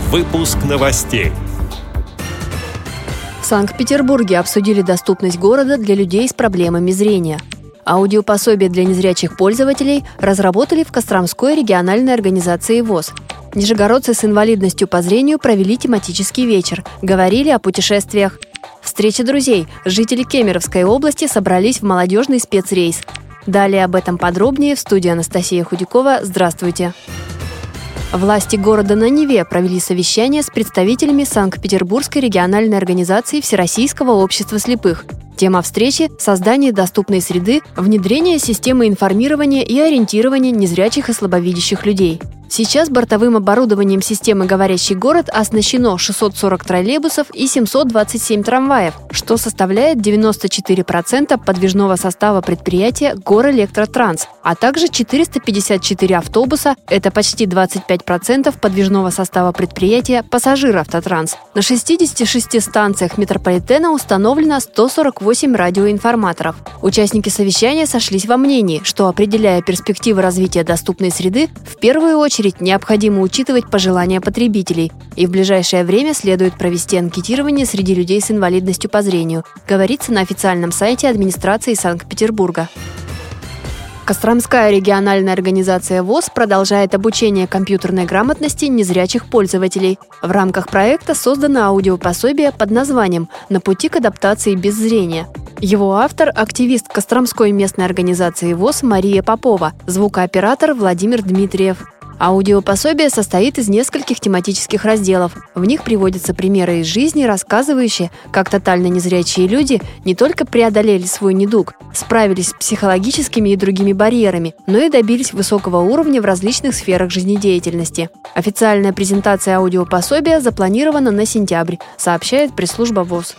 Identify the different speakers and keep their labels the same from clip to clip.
Speaker 1: Выпуск новостей.
Speaker 2: В Санкт-Петербурге обсудили доступность города для людей с проблемами зрения. Аудиопособие для незрячих пользователей разработали в Костромской региональной организации ВОС. Нижегородцы с инвалидностью по зрению провели тематический вечер, говорили о путешествиях. Встреча друзей. Жители Кемеровской области собрались в молодежный спецрейс. Далее об этом подробнее в студии Анастасия Худякова. Здравствуйте! Власти города на Неве провели совещание с представителями Санкт-Петербургской региональной организации Всероссийского общества слепых. Тема встречи – создание доступной среды, внедрение системы информирования и ориентирования незрячих и слабовидящих людей. Сейчас бортовым оборудованием системы «Говорящий город» оснащено 640 троллейбусов и 727 трамваев, что составляет 94% подвижного состава предприятия «Горэлектротранс», а также 454 автобуса – это почти 25% подвижного состава предприятия «Пассажиравтотранс». На 66 станциях метрополитена установлено 148 радиоинформаторов. Участники совещания сошлись во мнении, что, определяя перспективы развития доступной среды, в первую очередь необходимо учитывать пожелания потребителей, и в ближайшее время следует провести анкетирование среди людей с инвалидностью по зрению, говорится на официальном сайте администрации Санкт-Петербурга. Костромская региональная организация ВОС продолжает обучение компьютерной грамотности незрячих пользователей. В рамках проекта создано аудиопособие под названием «На пути к адаптации без зрения». Его автор – активист Костромской местной организации ВОС Мария Попова, звукооператор Владимир Дмитриев. Аудиопособие состоит из нескольких тематических разделов. В них приводятся примеры из жизни, рассказывающие, как тотально незрячие люди не только преодолели свой недуг, справились с психологическими и другими барьерами, но и добились высокого уровня в различных сферах жизнедеятельности. Официальная презентация аудиопособия запланирована на сентябрь, сообщает пресс-служба ВОС.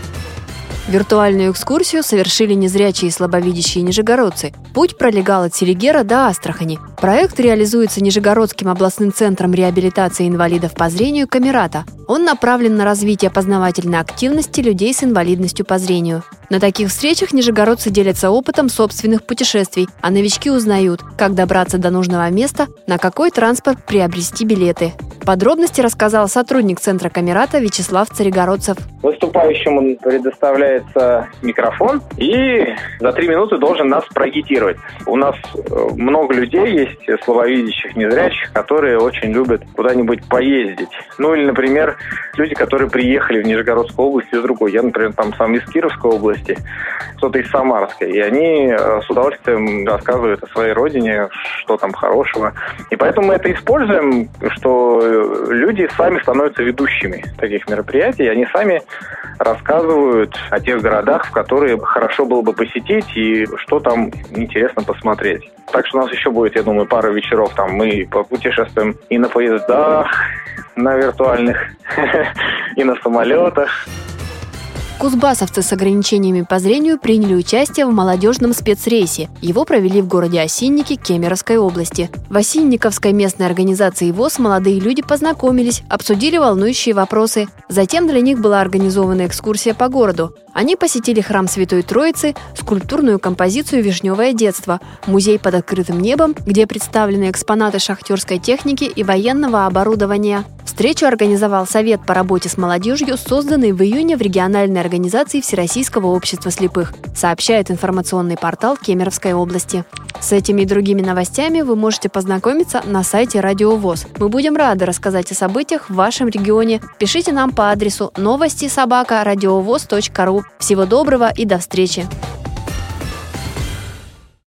Speaker 2: Виртуальную экскурсию совершили незрячие и слабовидящие нижегородцы. Путь пролегал от Селигера до Астрахани. Проект реализуется Нижегородским областным центром реабилитации инвалидов по зрению «Камерата». Он направлен на развитие познавательной активности людей с инвалидностью по зрению. На таких встречах нижегородцы делятся опытом собственных путешествий, а новички узнают, как добраться до нужного места, на какой транспорт приобрести билеты. Подробности рассказал сотрудник центра «Камерата» Вячеслав Царегородцев.
Speaker 3: Выступающему предоставляется микрофон и за 3 минуты должен нас проагитировать. У нас много людей есть, слабовидящих, незрячих, которые очень любят куда-нибудь поездить. Ну или, например, люди, которые приехали в Нижегородскую область из другой. Я, например, сам из Кировской области, кто-то из Самарской. И они с удовольствием рассказывают о своей родине, что там хорошего. И поэтому мы это используем, что люди сами становятся ведущими таких мероприятий. Они сами рассказывают о тех городах, в которые хорошо было бы посетить и что там интересно посмотреть. Так что у нас еще будет, я думаю, пара вечеров. Там мы попутешествуем и на поездах, на виртуальных, и на самолетах.
Speaker 2: Кузбассовцы с ограничениями по зрению приняли участие в молодежном спецрейсе. Его провели в городе Осинники Кемеровской области. В Осинниковской местной организации ВОС молодые люди познакомились, обсудили волнующие вопросы. Затем для них была организована экскурсия по городу. Они посетили храм Святой Троицы, скульптурную композицию «Вишневое детство», музей под открытым небом, где представлены экспонаты шахтерской техники и военного оборудования. Встречу организовал Совет по работе с молодежью, созданный в июне в региональной организации Всероссийского общества слепых, сообщает информационный портал Кемеровской области. С этими и другими новостями вы можете познакомиться на сайте Радио ВОС. Мы будем рады рассказать о событиях в вашем регионе. Пишите нам по адресу новости@радиовос.ру. Всего доброго и до встречи!